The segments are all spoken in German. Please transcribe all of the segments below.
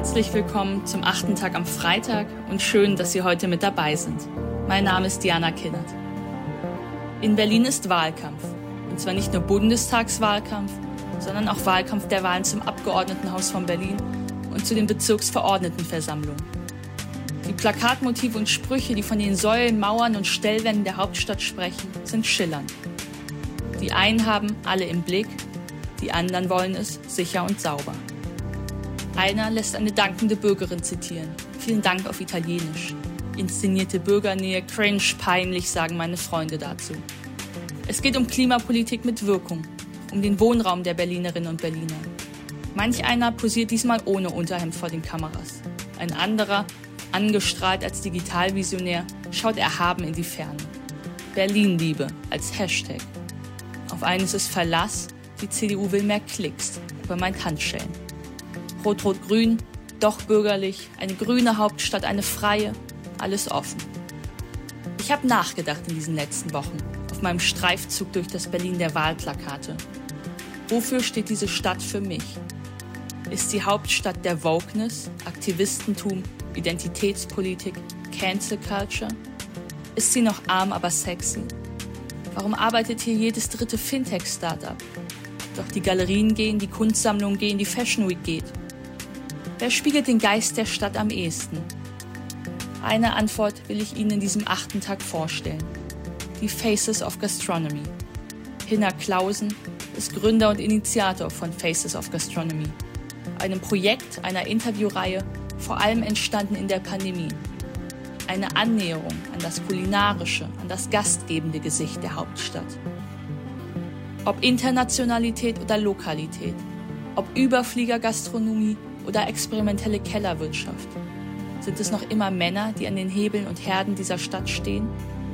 Herzlich willkommen zum 8. Tag am Freitag und schön, dass Sie heute mit dabei sind. Mein Name ist Diana Kinnert. In Berlin ist Wahlkampf. Und zwar nicht nur Bundestagswahlkampf, sondern auch Wahlkampf der Wahlen zum Abgeordnetenhaus von Berlin und zu den Bezirksverordnetenversammlungen. Die Plakatmotive und Sprüche, die von den Säulen, Mauern und Stellwänden der Hauptstadt sprechen, sind schillernd. Die einen haben alle im Blick, die anderen wollen es sicher und sauber. Einer lässt eine dankende Bürgerin zitieren. Vielen Dank auf Italienisch. Inszenierte Bürgernähe, cringe, peinlich, sagen meine Freunde dazu. Es geht um Klimapolitik mit Wirkung, um den Wohnraum der Berlinerinnen und Berliner. Manch einer posiert diesmal ohne Unterhemd vor den Kameras. Ein anderer, angestrahlt als Digitalvisionär, schaut erhaben in die Ferne. Berlin-Liebe als Hashtag. Auf eines ist Verlass, die CDU will mehr Klicks, aber meint Handschellen. Rot-Rot-Grün, doch bürgerlich, eine grüne Hauptstadt, eine freie, alles offen. Ich habe nachgedacht in diesen letzten Wochen, auf meinem Streifzug durch das Berlin der Wahlplakate. Wofür steht diese Stadt für mich? Ist sie Hauptstadt der Wokeness, Aktivistentum, Identitätspolitik, Cancel Culture? Ist sie noch arm, aber sexy? Warum arbeitet hier jedes dritte Fintech-Startup? Doch die Galerien gehen, die Kunstsammlungen gehen, die Fashion Week geht. Wer spiegelt den Geist der Stadt am ehesten? Eine Antwort will ich Ihnen in diesem 8. Tag vorstellen. Die Faces of Gastronomy. Hinner Clausen ist Gründer und Initiator von Faces of Gastronomy, einem Projekt, einer Interviewreihe, vor allem entstanden in der Pandemie. Eine Annäherung an das kulinarische, an das gastgebende Gesicht der Hauptstadt. Ob Internationalität oder Lokalität, ob Überfliegergastronomie oder experimentelle Kellerwirtschaft. Sind es noch immer Männer, die an den Hebeln und Herden dieser Stadt stehen?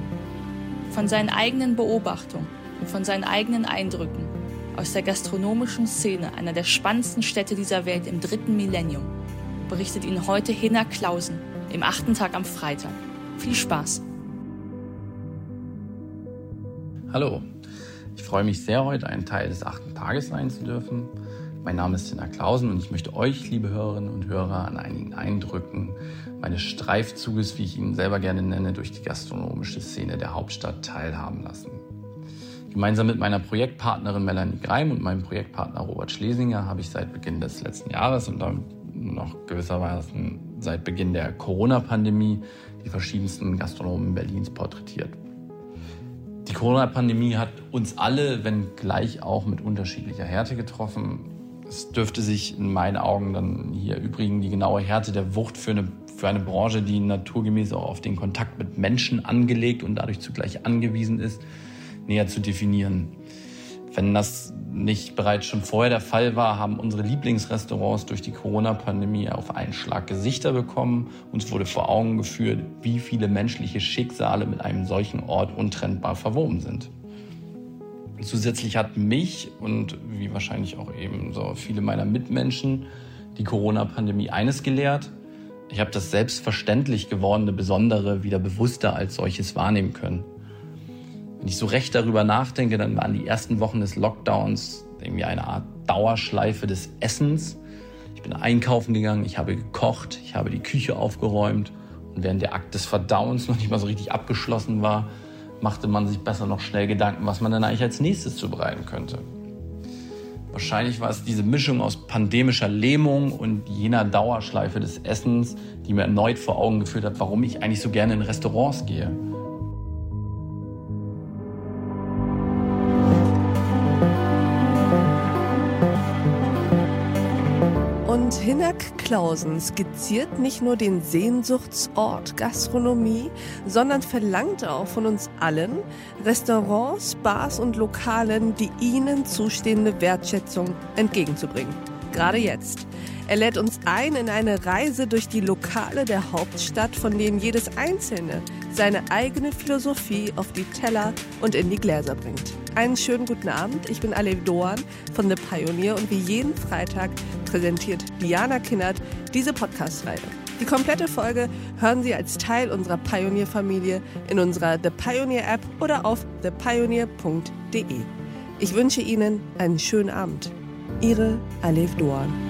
Von seinen eigenen Beobachtungen und von seinen eigenen Eindrücken aus der gastronomischen Szene einer der spannendsten Städte dieser Welt im 3. Millennium berichtet Ihnen heute Hinner Clausen im 8. Tag am Freitag. Viel Spaß! Hallo, ich freue mich sehr, heute ein Teil des 8. Tages sein zu dürfen. Mein Name ist Hinner Clausen und ich möchte euch, liebe Hörerinnen und Hörer, an einigen Eindrücken meines Streifzuges, wie ich ihn selber gerne nenne, durch die gastronomische Szene der Hauptstadt teilhaben lassen. Gemeinsam mit meiner Projektpartnerin Melanie Greim und meinem Projektpartner Robert Schlesinger habe ich seit Beginn des letzten Jahres und damit noch gewissermaßen seit Beginn der Corona-Pandemie die verschiedensten Gastronomen Berlins porträtiert. Die Corona-Pandemie hat uns alle, wenn gleich auch mit unterschiedlicher Härte getroffen. Es dürfte sich in meinen Augen dann hier erübrigen, die genaue Härte der Wucht für eine Branche, die naturgemäß auch auf den Kontakt mit Menschen angelegt und dadurch zugleich angewiesen ist, näher zu definieren. Wenn das nicht bereits schon vorher der Fall war, haben unsere Lieblingsrestaurants durch die Corona-Pandemie auf einen Schlag Gesichter bekommen. Uns wurde vor Augen geführt, wie viele menschliche Schicksale mit einem solchen Ort untrennbar verwoben sind. Zusätzlich hat mich und wie wahrscheinlich auch eben so viele meiner Mitmenschen die Corona-Pandemie eines gelehrt. Ich habe das selbstverständlich gewordene Besondere wieder bewusster als solches wahrnehmen können. Wenn ich so recht darüber nachdenke, dann waren die ersten Wochen des Lockdowns irgendwie eine Art Dauerschleife des Essens. Ich bin einkaufen gegangen, ich habe gekocht, ich habe die Küche aufgeräumt und während der Akt des Verdauens noch nicht mal so richtig abgeschlossen war, machte man sich besser noch schnell Gedanken, was man dann eigentlich als nächstes zubereiten könnte. Wahrscheinlich war es diese Mischung aus pandemischer Lähmung und jener Dauerschleife des Essens, die mir erneut vor Augen geführt hat, warum ich eigentlich so gerne in Restaurants gehe. Und Hinner Clausen skizziert nicht nur den Sehnsuchtsort Gastronomie, sondern verlangt auch von uns allen, Restaurants, Bars und Lokalen die ihnen zustehende Wertschätzung entgegenzubringen. Gerade jetzt. Er lädt uns ein in eine Reise durch die Lokale der Hauptstadt, von denen jedes Einzelne seine eigene Philosophie auf die Teller und in die Gläser bringt. Einen schönen guten Abend, ich bin Alev Doan von The Pioneer und wie jeden Freitag präsentiert Diana Kinnert diese Podcast-Reihe. Die komplette Folge hören Sie als Teil unserer Pioneer-Familie in unserer The Pioneer-App oder auf thepioneer.de. Ich wünsche Ihnen einen schönen Abend. Ihre Alev Doan.